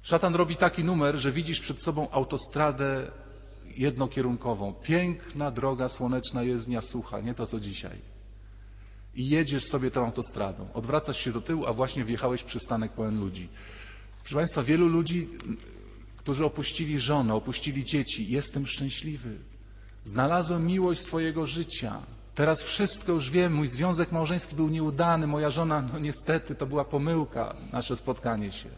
Szatan robi taki numer, że widzisz przed sobą autostradę jednokierunkową. Piękna droga słoneczna, jezdnia sucha, nie to co dzisiaj. I jedziesz sobie tą autostradą. Odwracasz się do tyłu, a właśnie wjechałeś w przystanek pełen ludzi. Proszę Państwa, wielu ludzi, którzy opuścili żonę, opuścili dzieci. Jestem szczęśliwy. Znalazłem miłość swojego życia. Teraz wszystko już wiem. Mój związek małżeński był nieudany. Moja żona, no niestety, to była pomyłka, nasze spotkanie się.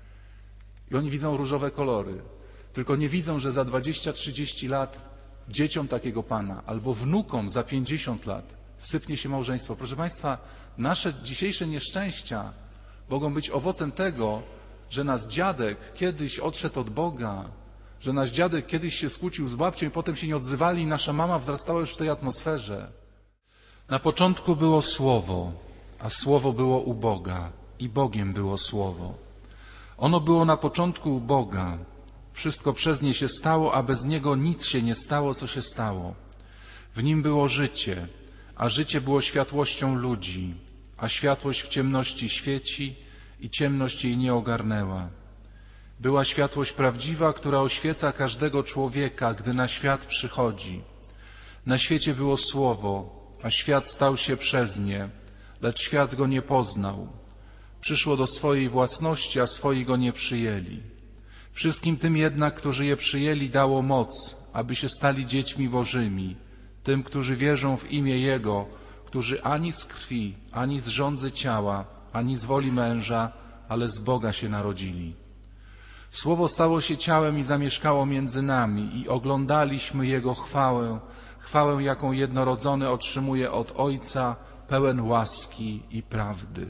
I oni widzą różowe kolory. Tylko nie widzą, że za 20-30 lat dzieciom takiego Pana albo wnukom za 50 lat sypnie się małżeństwo. Proszę Państwa, nasze dzisiejsze nieszczęścia mogą być owocem tego, że nasz dziadek kiedyś odszedł od Boga, że nasz dziadek kiedyś się skłócił z babcią i potem się nie odzywali i nasza mama wzrastała już w tej atmosferze. Na początku było Słowo, a Słowo było u Boga i Bogiem było Słowo. Ono było na początku u Boga. Wszystko przez nie się stało, a bez niego nic się nie stało, co się stało. W nim było życie, a życie było światłością ludzi, a światłość w ciemności świeci i ciemność jej nie ogarnęła. Była światłość prawdziwa, która oświeca każdego człowieka, gdy na świat przychodzi. Na świecie było Słowo, a świat stał się przez nie, lecz świat go nie poznał. Przyszło do swojej własności, a swoi go nie przyjęli. Wszystkim tym jednak, którzy je przyjęli, dało moc, aby się stali dziećmi Bożymi, tym, którzy wierzą w imię Jego, którzy ani z krwi, ani z żądzy ciała, ani z woli męża, ale z Boga się narodzili. Słowo stało się ciałem i zamieszkało między nami i oglądaliśmy Jego chwałę, chwałę, jaką jednorodzony otrzymuje od Ojca, pełen łaski i prawdy.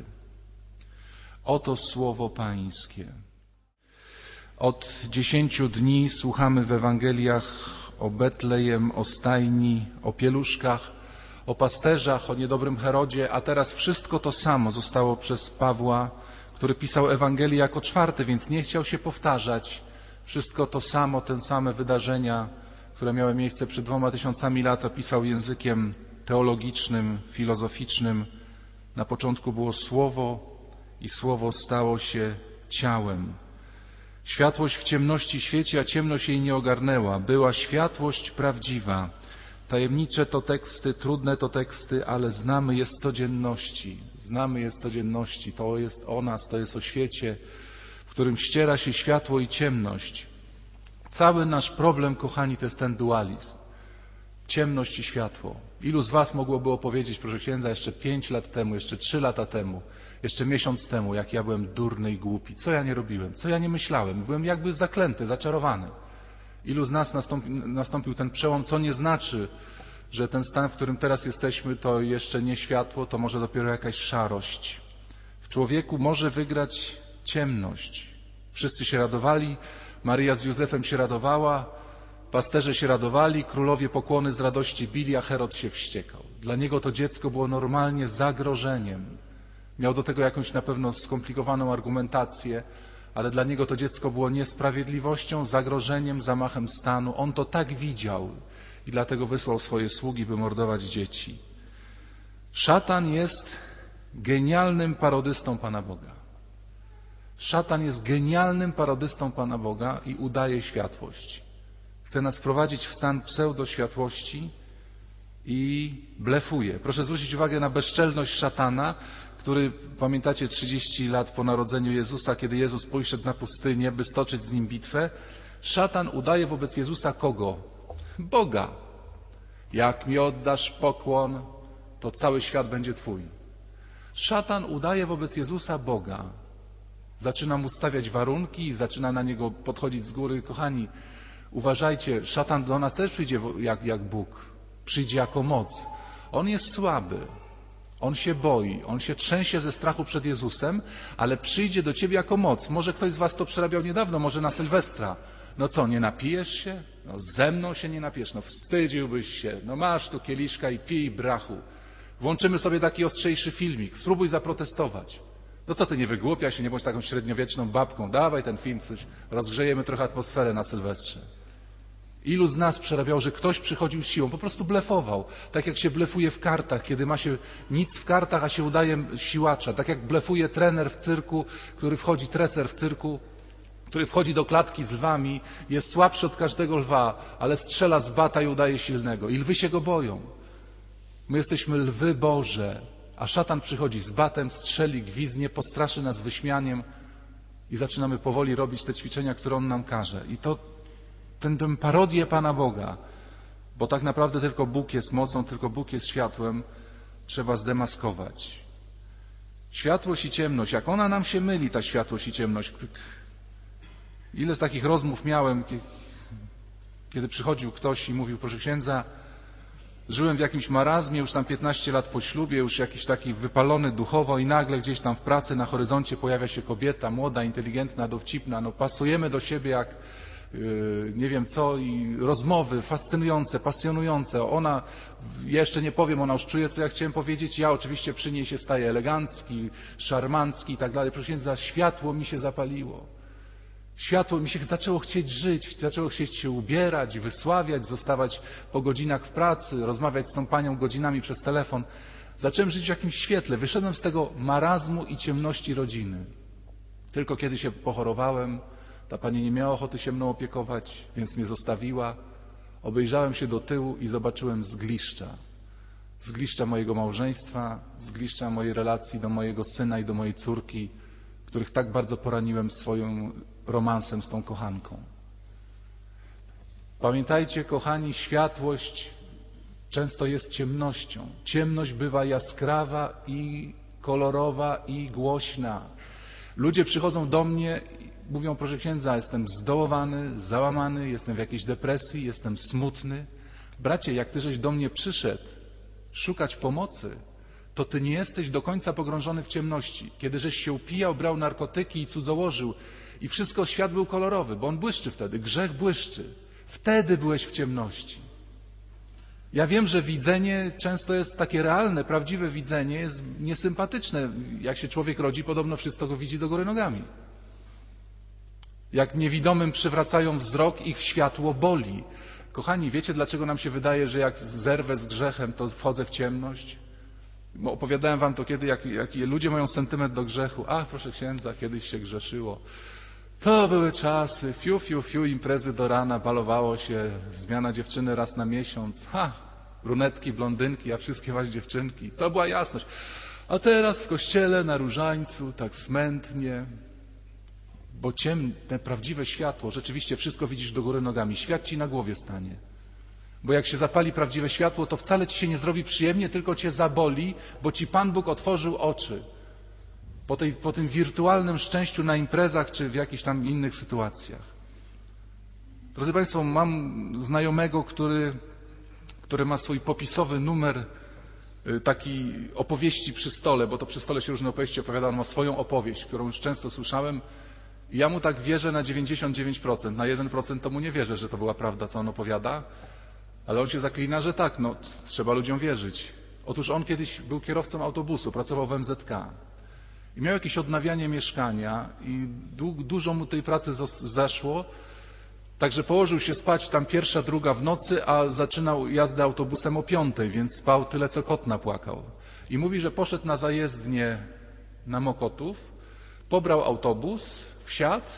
Oto Słowo Pańskie. Od 10 dni słuchamy w Ewangeliach o Betlejem, o stajni, o pieluszkach, o pasterzach, o niedobrym Herodzie, a teraz wszystko to samo zostało przez Pawła, który pisał Ewangelię jako 4, więc nie chciał się powtarzać. Wszystko to samo, te same wydarzenia, które miały miejsce przed 2000 lat, opisał językiem teologicznym, filozoficznym. Na początku było Słowo i Słowo stało się ciałem. Światłość w ciemności świeci, a ciemność jej nie ogarnęła. Była światłość prawdziwa. Tajemnicze to teksty, trudne to teksty, ale znamy je z codzienności. Znamy je z codzienności. To jest o nas, to jest o świecie, w którym ściera się światło i ciemność. Cały nasz problem, kochani, to jest ten dualizm. Ciemność i światło. Ilu z was mogłoby opowiedzieć, proszę księdza, jeszcze 5 lat temu, jeszcze 3 lata temu, jeszcze miesiąc temu, jak ja byłem durny i głupi, co ja nie robiłem, co ja nie myślałem, byłem jakby zaklęty, zaczarowany. Ilu z nas nastąpił ten przełom, co nie znaczy, że ten stan, w którym teraz jesteśmy, to jeszcze nie światło, to może dopiero jakaś szarość. W człowieku może wygrać ciemność. Wszyscy się radowali, Maryja z Józefem się radowała, pasterze się radowali, królowie pokłony z radości bili, a Herod się wściekał. Dla niego to dziecko było normalnie zagrożeniem. Miał do tego jakąś na pewno skomplikowaną argumentację, ale dla niego to dziecko było niesprawiedliwością, zagrożeniem, zamachem stanu. On to tak widział i dlatego wysłał swoje sługi, by mordować dzieci. Szatan jest genialnym parodystą Pana Boga. Szatan jest genialnym parodystą Pana Boga i udaje światłość. Chce nas wprowadzić w stan pseudoświatłości i blefuje. Proszę zwrócić uwagę na bezczelność szatana, który, pamiętacie, 30 lat po narodzeniu Jezusa, kiedy Jezus poszedł na pustynię, by stoczyć z nim bitwę, szatan udaje wobec Jezusa kogo? Boga. Jak mi oddasz pokłon, to cały świat będzie twój. Szatan udaje wobec Jezusa Boga. Zaczyna mu stawiać warunki, zaczyna na niego podchodzić z góry. Kochani, uważajcie, szatan do nas też przyjdzie jak Bóg. Przyjdzie jako moc. On jest słaby. On się boi, on się trzęsie ze strachu przed Jezusem, ale przyjdzie do ciebie jako moc. Może ktoś z was to przerabiał niedawno, może na Sylwestra. No co, nie napijesz się? No ze mną się nie napijesz, no wstydziłbyś się. No masz tu kieliszka i pij, brachu. Włączymy sobie taki ostrzejszy filmik, spróbuj zaprotestować. No co ty, nie wygłupiaj się, nie bądź taką średniowieczną babką. Dawaj ten film, coś, rozgrzejemy trochę atmosferę na Sylwestrze. Ilu z nas przerabiał, że ktoś przychodził z siłą, po prostu blefował. Tak jak się blefuje w kartach, kiedy ma się nic w kartach, a się udaje siłacza. Tak jak blefuje trener w cyrku, który wchodzi, treser w cyrku, który wchodzi do klatki z lwami, jest słabszy od każdego lwa, ale strzela z bata i udaje silnego. I lwy się go boją. My jesteśmy lwy Boże, a szatan przychodzi z batem, strzeli, gwizdnie, postraszy nas wyśmianiem i zaczynamy powoli robić te ćwiczenia, które on nam każe. I to tę parodię Pana Boga, bo tak naprawdę tylko Bóg jest mocą, tylko Bóg jest światłem, trzeba zdemaskować. Światłość i ciemność, jak ona nam się myli, ta światłość i ciemność. Ile z takich rozmów miałem, kiedy przychodził ktoś i mówił, proszę księdza, żyłem w jakimś marazmie, już tam 15 lat po ślubie, już jakiś taki wypalony duchowo i nagle gdzieś tam w pracy na horyzoncie pojawia się kobieta, młoda, inteligentna, dowcipna, no pasujemy do siebie jak nie wiem co i rozmowy fascynujące, pasjonujące. Ona, jeszcze nie powiem, ona już czuje, co ja chciałem powiedzieć. Ja oczywiście przy niej się staję elegancki, szarmancki i tak dalej. Proszę księdza, światło mi się zapaliło. Światło mi się zaczęło chcieć żyć, zaczęło chcieć się ubierać, wysławiać, zostawać po godzinach w pracy, rozmawiać z tą panią godzinami przez telefon. Zacząłem żyć w jakimś świetle. Wyszedłem z tego marazmu i ciemności rodziny. Tylko kiedy się pochorowałem, ta pani nie miała ochoty się mną opiekować, więc mnie zostawiła. Obejrzałem się do tyłu i zobaczyłem zgliszcza. Zgliszcza mojego małżeństwa, zgliszcza mojej relacji do mojego syna i do mojej córki, których tak bardzo poraniłem swoim romansem z tą kochanką. Pamiętajcie, kochani, światłość często jest ciemnością. Ciemność bywa jaskrawa i kolorowa i głośna. Ludzie przychodzą do mnie i mówią, proszę księdza, jestem zdołowany, załamany, jestem w jakiejś depresji, jestem smutny. Bracie, jak ty żeś do mnie przyszedł szukać pomocy, to ty nie jesteś do końca pogrążony w ciemności. Kiedy żeś się upijał, brał narkotyki i cudzołożył i wszystko, świat był kolorowy, bo on błyszczy wtedy, grzech błyszczy. Wtedy byłeś w ciemności. Ja wiem, że widzenie często jest takie realne, prawdziwe widzenie jest niesympatyczne. Jak się człowiek rodzi, podobno wszystko go widzi do góry nogami. Jak niewidomym przywracają wzrok, ich światło boli. Kochani, wiecie, dlaczego nam się wydaje, że jak zerwę z grzechem, to wchodzę w ciemność? Bo opowiadałem wam to kiedy, jak ludzie mają sentyment do grzechu. Ach, proszę księdza, kiedyś się grzeszyło. To były czasy, fiu, fiu, fiu, imprezy do rana, balowało się, zmiana dziewczyny raz na miesiąc. Brunetki, blondynki, a wszystkie was dziewczynki. To była jasność. A teraz w kościele, na różańcu, tak smętnie, bo ciemne, prawdziwe światło, rzeczywiście wszystko widzisz do góry nogami. Świat ci na głowie stanie. Bo jak się zapali prawdziwe światło, to wcale ci się nie zrobi przyjemnie, tylko cię zaboli, bo ci Pan Bóg otworzył oczy. Po tym wirtualnym szczęściu na imprezach, czy w jakichś tam innych sytuacjach. Drodzy Państwo, mam znajomego, który ma swój popisowy numer taki opowieści przy stole, bo to przy stole się różne opowieści opowiada, on ma swoją opowieść, którą już często słyszałem. I ja mu tak wierzę na 99%, na 1% to mu nie wierzę, że to była prawda, co on opowiada, ale on się zaklina, że tak, no trzeba ludziom wierzyć. Otóż on kiedyś był kierowcą autobusu, pracował w MZK i miał jakieś odnawianie mieszkania i dużo mu tej pracy zaszło, także położył się spać tam 1., 2 w nocy, a zaczynał jazdę autobusem o 5, więc spał tyle, co kot napłakał. I mówi, że poszedł na zajezdnię na Mokotów, pobrał autobus, wsiadł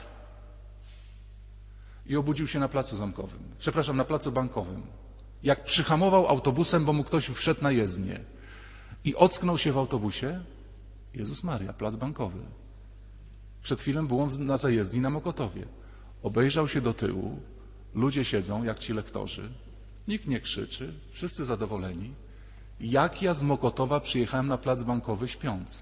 i obudził się na placu zamkowym. Przepraszam, na placu bankowym. Jak przyhamował autobusem, bo mu ktoś wszedł na jezdnię i ocknął się w autobusie, Jezus Maria, plac bankowy. Przed chwilą był on na zajezdni na Mokotowie. Obejrzał się do tyłu, ludzie siedzą jak ci lektorzy, nikt nie krzyczy, wszyscy zadowoleni. Jak ja z Mokotowa przyjechałem na plac bankowy śpiąc?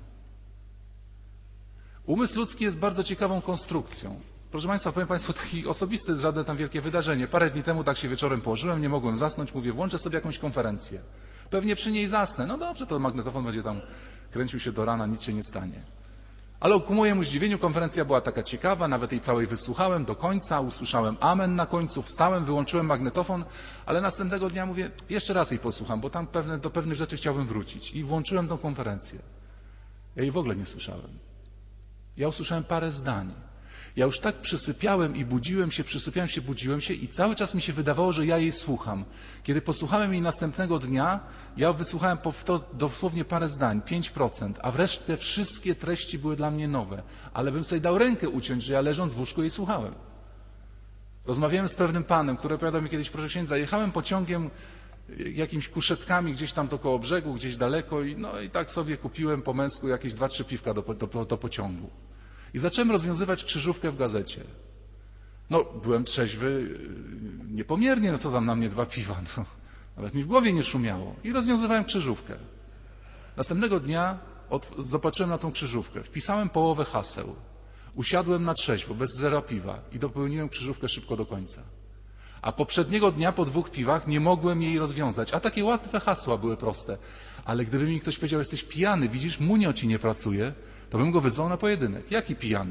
Umysł ludzki jest bardzo ciekawą konstrukcją. Proszę Państwa, powiem Państwu taki osobisty, żadne tam wielkie wydarzenie. Parę dni temu tak się wieczorem położyłem, nie mogłem zasnąć, mówię, włączę sobie jakąś konferencję. Pewnie przy niej zasnę. No dobrze, to magnetofon będzie tam kręcił się do rana, nic się nie stanie. Ale ku mojemu zdziwieniu konferencja była taka ciekawa, nawet jej całej wysłuchałem do końca, usłyszałem amen na końcu, wstałem, wyłączyłem magnetofon, ale następnego dnia mówię, jeszcze raz jej posłucham, bo tam do pewnych rzeczy chciałbym wrócić. I włączyłem tą konferencję. Ja jej w ogóle nie słyszałem. Ja usłyszałem parę zdań. Ja już tak przysypiałem i budziłem się i cały czas mi się wydawało, że ja jej słucham. Kiedy posłuchałem jej następnego dnia, ja wysłuchałem dosłownie parę zdań, 5%, a wreszcie wszystkie treści były dla mnie nowe. Ale bym sobie dał rękę uciąć, że ja leżąc w łóżku jej słuchałem. Rozmawiałem z pewnym panem, który opowiadał mi kiedyś, proszę księdza, jechałem pociągiem jakimiś kuszetkami gdzieś tam koło brzegu, gdzieś daleko i tak sobie kupiłem po męsku jakieś 2-3 piwka do pociągu. I zacząłem rozwiązywać krzyżówkę w gazecie. Byłem trzeźwy niepomiernie, co tam na mnie 2 piwa, nawet mi w głowie nie szumiało. I rozwiązywałem krzyżówkę. Następnego dnia zobaczyłem na tą krzyżówkę, wpisałem połowę haseł, usiadłem na trzeźwo, bez 0 piwa i dopełniłem krzyżówkę szybko do końca. A poprzedniego dnia po 2 piwach nie mogłem jej rozwiązać, a takie łatwe hasła były proste. Ale gdyby mi ktoś powiedział, jesteś pijany, widzisz, munio ci nie pracuje, to bym go wyzwał na pojedynek. Jaki pijany?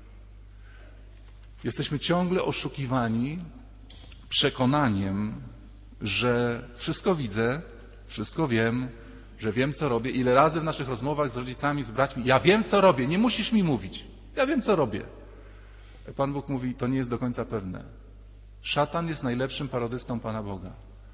Jesteśmy ciągle oszukiwani przekonaniem, że wszystko widzę, wszystko wiem, że wiem, co robię. Ile razy w naszych rozmowach z rodzicami, z braćmi, ja wiem, co robię, nie musisz mi mówić. Ja wiem, co robię. Pan Bóg mówi, to nie jest do końca pewne. Szatan jest najlepszym parodystą Pana Boga.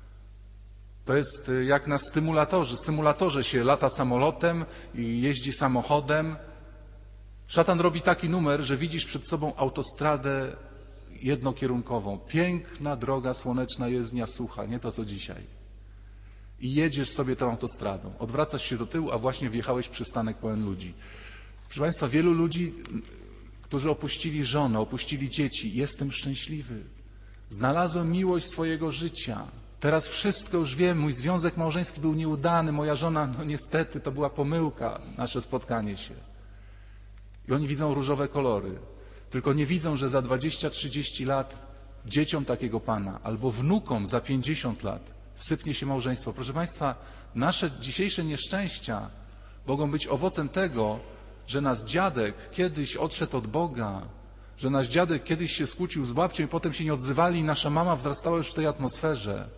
To jest jak na symulatorze się lata samolotem i jeździ samochodem. Szatan robi taki numer, że widzisz przed sobą autostradę jednokierunkową. Piękna droga słoneczna jezdnia sucha, nie to co dzisiaj. I jedziesz sobie tą autostradą. Odwracasz się do tyłu, a właśnie wjechałeś w przystanek pełen ludzi. Proszę Państwa, wielu ludzi, którzy opuścili żonę, opuścili dzieci, jestem szczęśliwy. Znalazłem miłość swojego życia. Teraz wszystko już wiem, mój związek małżeński był nieudany, moja żona, niestety, to była pomyłka, nasze spotkanie się. I oni widzą różowe kolory, tylko nie widzą, że za 20-30 lat dzieciom takiego pana albo wnukom za 50 lat sypnie się małżeństwo. Proszę Państwa, nasze dzisiejsze nieszczęścia mogą być owocem tego, że nasz dziadek kiedyś odszedł od Boga, że nasz dziadek kiedyś się skłócił z babcią i potem się nie odzywali i nasza mama wzrastała już w tej atmosferze.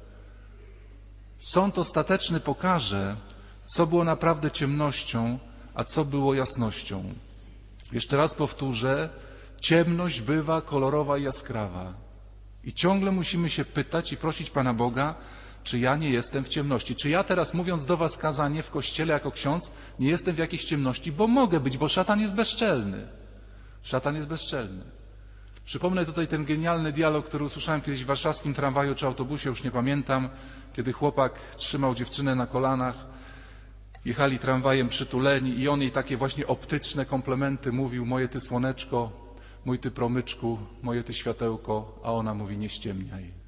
Sąd ostateczny pokaże, co było naprawdę ciemnością, a co było jasnością. Jeszcze raz powtórzę, ciemność bywa kolorowa i jaskrawa. I ciągle musimy się pytać i prosić Pana Boga, czy ja nie jestem w ciemności. Czy ja teraz, mówiąc do was kazanie w kościele jako ksiądz, nie jestem w jakiejś ciemności, bo mogę być, bo szatan jest bezczelny. Szatan jest bezczelny. Przypomnę tutaj ten genialny dialog, który usłyszałem kiedyś w warszawskim tramwaju czy autobusie, już nie pamiętam, kiedy chłopak trzymał dziewczynę na kolanach, jechali tramwajem przytuleni i on jej takie właśnie optyczne komplementy mówił, moje ty słoneczko, mój ty promyczku, moje ty światełko, a ona mówi, nie ściemniaj.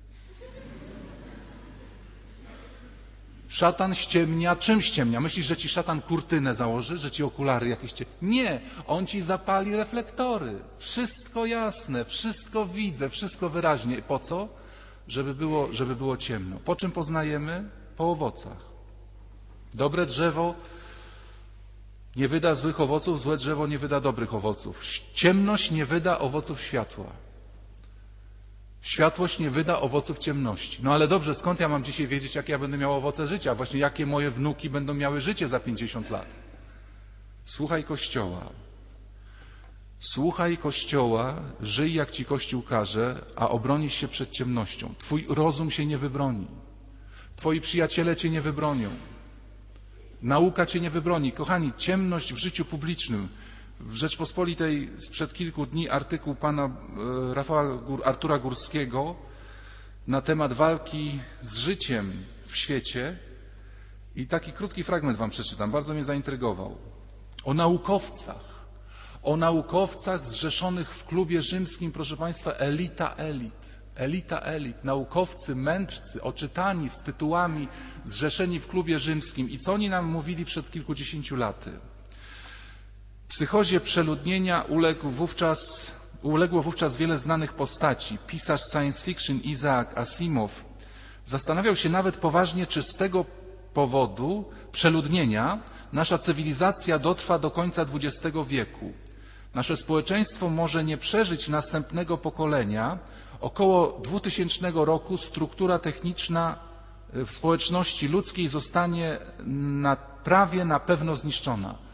Szatan ściemnia. Czym ściemnia? Myślisz, że ci szatan kurtynę założy, że ci okulary jakieś... Nie, on ci zapali reflektory. Wszystko jasne, wszystko widzę, wszystko wyraźnie. Po co? Żeby było ciemno. Po czym poznajemy? Po owocach. Dobre drzewo nie wyda złych owoców, złe drzewo nie wyda dobrych owoców. Ciemność nie wyda owoców światła. Światłość nie wyda owoców ciemności. No ale dobrze, skąd ja mam dzisiaj wiedzieć, jakie ja będę miał owoce życia? Właśnie jakie moje wnuki będą miały życie za 50 lat? Słuchaj Kościoła. Słuchaj Kościoła, żyj jak ci Kościół każe, a obronisz się przed ciemnością. Twój rozum się nie wybroni. Twoi przyjaciele cię nie wybronią. Nauka cię nie wybroni. Kochani, ciemność w życiu publicznym. W Rzeczpospolitej sprzed kilku dni artykuł pana Artura Górskiego na temat walki z życiem w świecie i taki krótki fragment wam przeczytam, bardzo mnie zaintrygował. O naukowcach zrzeszonych w klubie rzymskim, proszę Państwa, elita elit, naukowcy, mędrcy, oczytani z tytułami, zrzeszeni w klubie rzymskim. I co oni nam mówili przed kilkudziesięciu laty? Psychozie przeludnienia uległo wówczas wiele znanych postaci. Pisarz science fiction Isaac Asimov zastanawiał się nawet poważnie, czy z tego powodu przeludnienia nasza cywilizacja dotrwa do końca XX wieku. Nasze społeczeństwo może nie przeżyć następnego pokolenia. Około 2000 roku struktura techniczna w społeczności ludzkiej zostanie prawie na pewno zniszczona.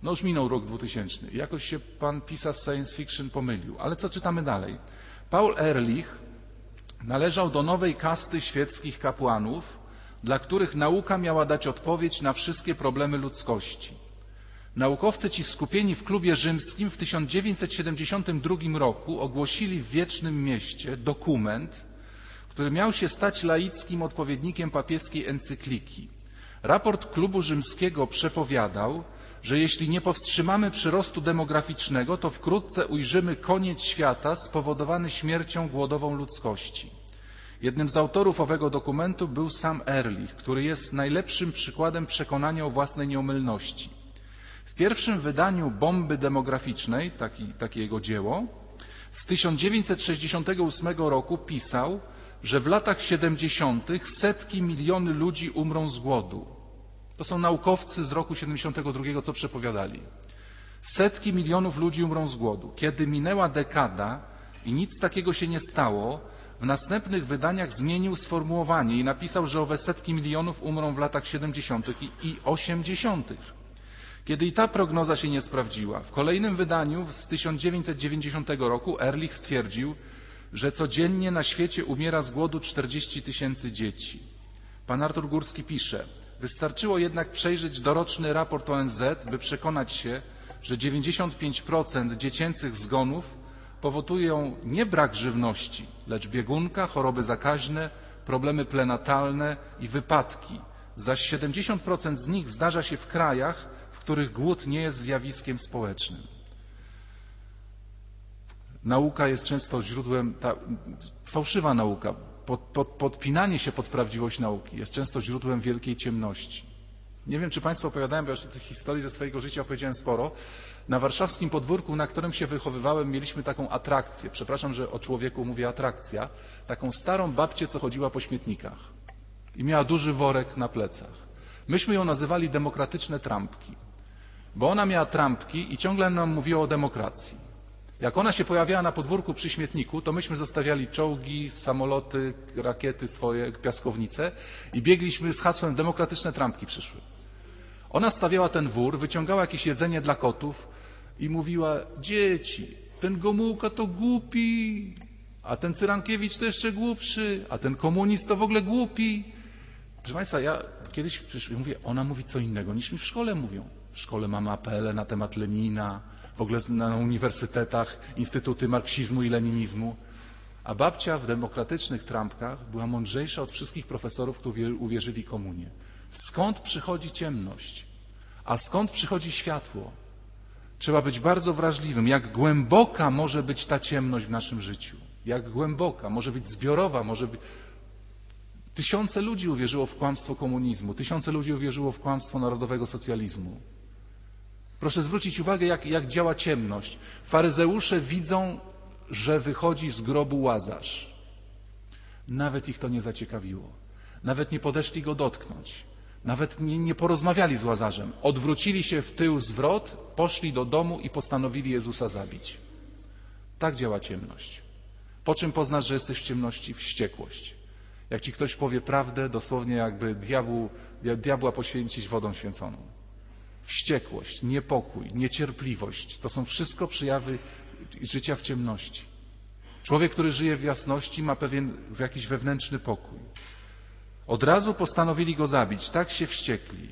No już minął rok 2000. Jakoś się pan pisarz science fiction pomylił. Ale co czytamy dalej? Paul Ehrlich należał do nowej kasty świeckich kapłanów, dla których nauka miała dać odpowiedź na wszystkie problemy ludzkości. Naukowcy ci skupieni w klubie rzymskim w 1972 roku ogłosili w Wiecznym Mieście dokument, który miał się stać laickim odpowiednikiem papieskiej encykliki. Raport klubu rzymskiego przepowiadał, że jeśli nie powstrzymamy przyrostu demograficznego, to wkrótce ujrzymy koniec świata spowodowany śmiercią głodową ludzkości. Jednym z autorów owego dokumentu był sam Ehrlich, który jest najlepszym przykładem przekonania o własnej nieomylności. W pierwszym wydaniu Bomby demograficznej, takie jego dzieło, z 1968 roku pisał, że w latach 70. setki miliony ludzi umrą z głodu. To są naukowcy z roku 72, co przepowiadali. Setki milionów ludzi umrą z głodu. Kiedy minęła dekada i nic takiego się nie stało, w następnych wydaniach zmienił sformułowanie i napisał, że owe setki milionów umrą w latach 70. i 80. Kiedy i ta prognoza się nie sprawdziła, w kolejnym wydaniu z 1990 roku Ehrlich stwierdził, że codziennie na świecie umiera z głodu 40 000 dzieci. Pan Artur Górski pisze, wystarczyło jednak przejrzeć doroczny raport ONZ, by przekonać się, że 95% dziecięcych zgonów powodują nie brak żywności, lecz biegunka, choroby zakaźne, problemy prenatalne i wypadki. Zaś 70% z nich zdarza się w krajach, w których głód nie jest zjawiskiem społecznym. Nauka jest często źródłem, fałszywa nauka, podpinanie się pod prawdziwość nauki jest często źródłem wielkiej ciemności. Nie wiem, czy Państwo opowiadałem, bo ja już tych historii ze swojego życia opowiedziałem sporo. Na warszawskim podwórku, na którym się wychowywałem, mieliśmy taką atrakcję. Przepraszam, że o człowieku mówię atrakcja. Taką starą babcię, co chodziła po śmietnikach i miała duży worek na plecach. Myśmy ją nazywali demokratyczne trampki, bo ona miała trampki i ciągle nam mówiła o demokracji. Jak ona się pojawiała na podwórku przy śmietniku, to myśmy zostawiali czołgi, samoloty, rakiety swoje, piaskownice i biegliśmy z hasłem demokratyczne trampki przyszły. Ona stawiała ten wór, wyciągała jakieś jedzenie dla kotów i mówiła, dzieci, ten Gomułka to głupi, a ten Cyrankiewicz to jeszcze głupszy, a ten komunist to w ogóle głupi. Proszę Państwa, ja kiedyś mówię, ona mówi co innego niż mi w szkole mówią. W szkole mamy apele na temat Lenina, w ogóle na uniwersytetach instytuty marksizmu i leninizmu. A babcia w demokratycznych trampkach była mądrzejsza od wszystkich profesorów, którzy uwierzyli komunie. Skąd przychodzi ciemność? A skąd przychodzi światło? Trzeba być bardzo wrażliwym. Jak głęboka może być ta ciemność w naszym życiu? Jak głęboka? Może być zbiorowa, może być... Tysiące ludzi uwierzyło w kłamstwo komunizmu, tysiące ludzi uwierzyło w kłamstwo narodowego socjalizmu. Proszę zwrócić uwagę, jak działa ciemność. Faryzeusze widzą, że wychodzi z grobu Łazarz. Nawet ich to nie zaciekawiło. Nawet nie podeszli go dotknąć. Nawet nie porozmawiali z Łazarzem. Odwrócili się w tył zwrot, poszli do domu i postanowili Jezusa zabić. Tak działa ciemność. Po czym poznasz, że jesteś w ciemności? Wściekłość. Jak ci ktoś powie prawdę, dosłownie jakby diabła poświęcić wodą święconą. Wściekłość, niepokój, niecierpliwość to są wszystko przejawy życia w ciemności. Człowiek, który żyje w jasności, ma pewien jakiś wewnętrzny pokój. Od razu postanowili go zabić, tak się wściekli.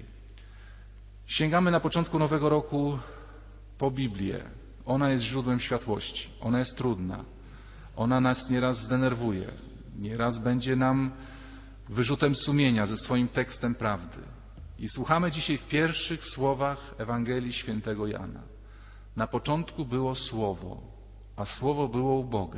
Sięgamy na początku nowego roku po Biblię. Ona jest źródłem światłości, ona jest trudna. Ona nas nieraz zdenerwuje, nieraz będzie nam wyrzutem sumienia ze swoim tekstem prawdy. I słuchamy dzisiaj w pierwszych słowach Ewangelii Świętego Jana. Na początku było Słowo, a Słowo było u Boga.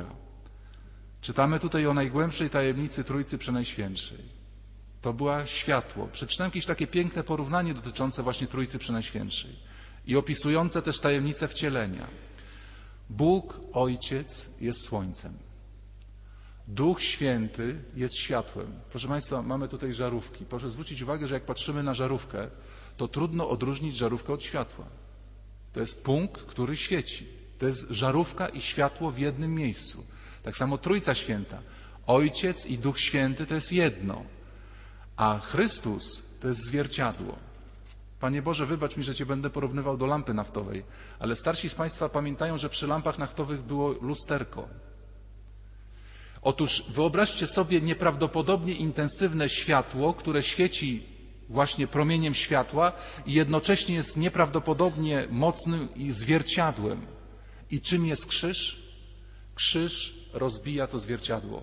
Czytamy tutaj o najgłębszej tajemnicy Trójcy Przenajświętszej. To była światło. Przeczytałem jakieś takie piękne porównanie dotyczące właśnie Trójcy Przenajświętszej i opisujące też tajemnicę wcielenia. Bóg, Ojciec jest słońcem. Duch Święty jest światłem. Proszę Państwa, mamy tutaj żarówki. Proszę zwrócić uwagę, że jak patrzymy na żarówkę, to trudno odróżnić żarówkę od światła. To jest punkt, który świeci. To jest żarówka i światło w jednym miejscu. Tak samo Trójca Święta. Ojciec i Duch Święty to jest jedno, a Chrystus to jest zwierciadło. Panie Boże, wybacz mi, że Cię będę porównywał do lampy naftowej, ale starsi z Państwa pamiętają, że przy lampach naftowych było lusterko. Otóż wyobraźcie sobie nieprawdopodobnie intensywne światło, które świeci właśnie promieniem światła i jednocześnie jest nieprawdopodobnie mocnym i zwierciadłem. I czym jest krzyż? Krzyż rozbija to zwierciadło.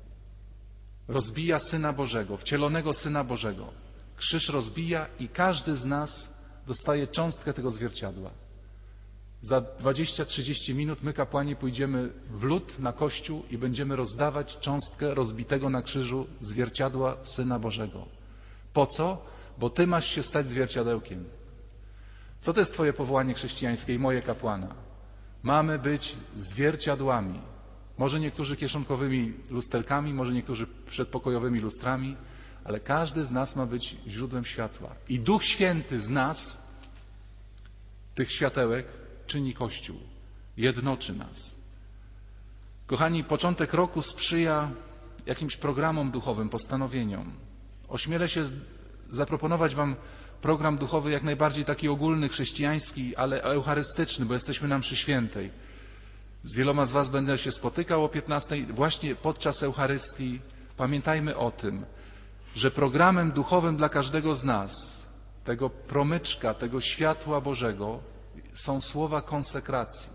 Rozbija Syna Bożego, wcielonego Syna Bożego. Krzyż rozbija i każdy z nas dostaje cząstkę tego zwierciadła. Za 20-30 minut my, kapłani, pójdziemy w lud na Kościół i będziemy rozdawać cząstkę rozbitego na krzyżu zwierciadła Syna Bożego. Po co? Bo Ty masz się stać zwierciadełkiem. Co to jest Twoje powołanie chrześcijańskie i moje, kapłana? Mamy być zwierciadłami. Może niektórzy kieszonkowymi lusterkami, może niektórzy przedpokojowymi lustrami, ale każdy z nas ma być źródłem światła. I Duch Święty z nas, tych światełek, czyni Kościół, jednoczy nas. Kochani, początek roku sprzyja jakimś programom duchowym, postanowieniom. Ośmielę się zaproponować Wam program duchowy jak najbardziej taki ogólny, chrześcijański, ale eucharystyczny, bo jesteśmy na mszy świętej. Z wieloma z Was będę się spotykał o 15:00 właśnie podczas Eucharystii. Pamiętajmy o tym, że programem duchowym dla każdego z nas, tego promyczka, tego światła Bożego, są słowa konsekracji.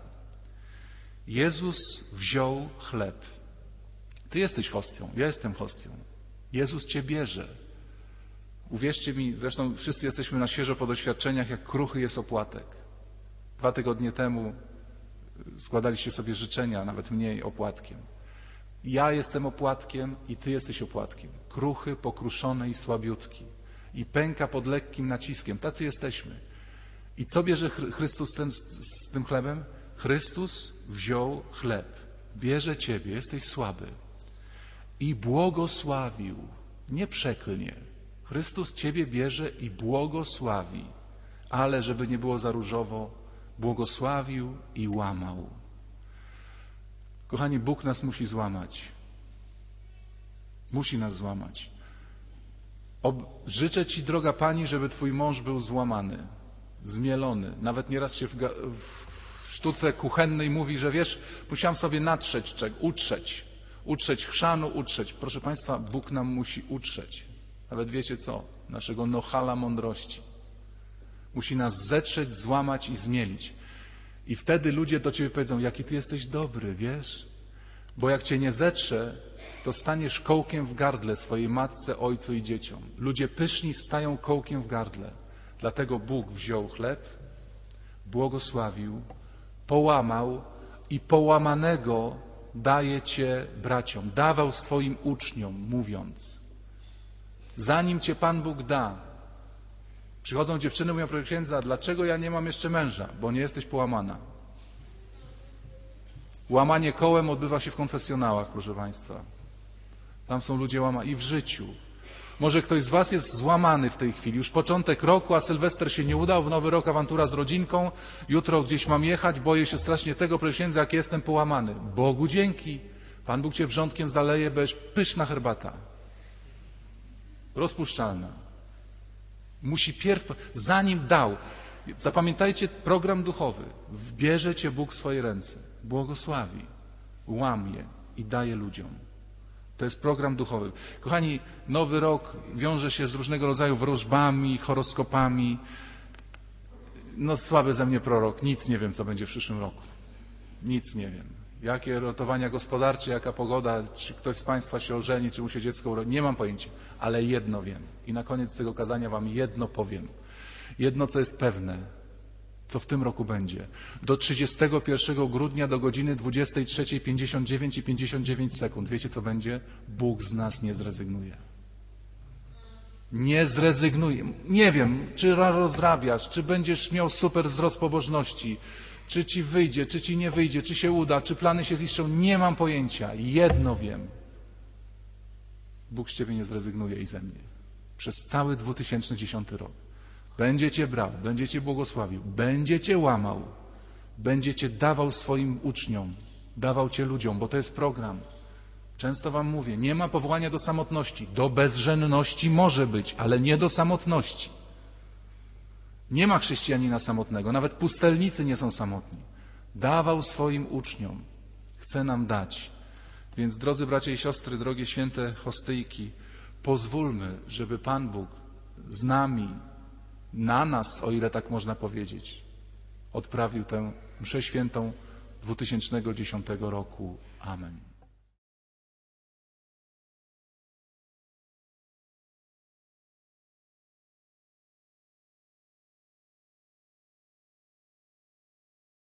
Jezus wziął chleb. Ty jesteś hostią, ja jestem hostią. Jezus Cię bierze. Uwierzcie mi, zresztą wszyscy jesteśmy na świeżo po doświadczeniach, jak kruchy jest opłatek. 2 tygodnie temu składaliście sobie życzenia, nawet mniej, opłatkiem. Ja jestem opłatkiem i Ty jesteś opłatkiem. Kruchy, pokruszony i słabiutki. I pęka pod lekkim naciskiem. Tacy jesteśmy. I co bierze Chrystus z tym chlebem? Chrystus wziął chleb. Bierze Ciebie, jesteś słaby. I błogosławił. Nie przeklnie. Chrystus Ciebie bierze i błogosławi. Ale żeby nie było za różowo, błogosławił i łamał. Kochani, Bóg nas musi złamać. Musi nas złamać. Życzę Ci, droga Pani, żeby Twój mąż był złamany, zmielony. Nawet nieraz się w sztuce kuchennej mówi, że wiesz, musiałem sobie natrzeć, utrzeć chrzanu, utrzeć. Proszę Państwa, Bóg nam musi utrzeć. Nawet wiecie co? Naszego nochala mądrości. Musi nas zetrzeć, złamać i zmielić. I wtedy ludzie do Ciebie powiedzą, jaki Ty jesteś dobry, wiesz? Bo jak Cię nie zetrze, to staniesz kołkiem w gardle swojej matce, ojcu i dzieciom. Ludzie pyszni stają kołkiem w gardle. Dlatego Bóg wziął chleb, błogosławił, połamał i połamanego daje Cię braciom. Dawał swoim uczniom, mówiąc, zanim Cię Pan Bóg da, przychodzą dziewczyny, mówią, proszę księdza, dlaczego ja nie mam jeszcze męża? Bo nie jesteś połamana. Łamanie kołem odbywa się w konfesjonałach, proszę Państwa. Tam są ludzie łamani i w życiu. Może ktoś z Was jest złamany w tej chwili. Już początek roku, a Sylwester się nie udał, w Nowy Rok awantura z rodzinką. Jutro gdzieś mam jechać, boję się strasznie tego, proszę księdza, jak jestem połamany. Bogu dzięki. Pan Bóg Cię wrzątkiem zaleje, będziesz pyszna herbata. Rozpuszczalna. Musi zanim dał. Zapamiętajcie program duchowy. Wbierze Cię Bóg w swoje ręce. Błogosławi, łamie i daje ludziom. To jest program duchowy. Kochani, Nowy Rok wiąże się z różnego rodzaju wróżbami, horoskopami. No słaby ze mnie prorok. Nic nie wiem, co będzie w przyszłym roku. Nic nie wiem. Jakie rotowania gospodarcze, jaka pogoda, czy ktoś z Państwa się ożeni, czy mu się dziecko urodzi. Nie mam pojęcia, ale jedno wiem. I na koniec tego kazania Wam jedno powiem. Jedno, co jest pewne, co w tym roku będzie. Do 31 grudnia do godziny 23:59 i 59 sekund. Wiecie, co będzie? Bóg z nas nie zrezygnuje. Nie zrezygnuje. Nie wiem, czy rozrabiasz, czy będziesz miał super wzrost pobożności, czy Ci wyjdzie, czy Ci nie wyjdzie, czy się uda, czy plany się ziszczą. Nie mam pojęcia. Jedno wiem. Bóg z Ciebie nie zrezygnuje i ze mnie. Przez cały 2010 rok. Będzie Cię brał, będzie Cię błogosławił, będzie Cię łamał, będzie Cię dawał swoim uczniom, dawał Cię ludziom, bo to jest program. Często Wam mówię, nie ma powołania do samotności. Do bezżenności może być, ale nie do samotności. Nie ma chrześcijanina samotnego, nawet pustelnicy nie są samotni. Dawał swoim uczniom, chce nam dać. Więc drodzy bracia i siostry, drogie święte hostyjki, pozwólmy, żeby Pan Bóg z nami, na nas, o ile tak można powiedzieć, odprawił tę mszę świętą 2010 roku. Amen.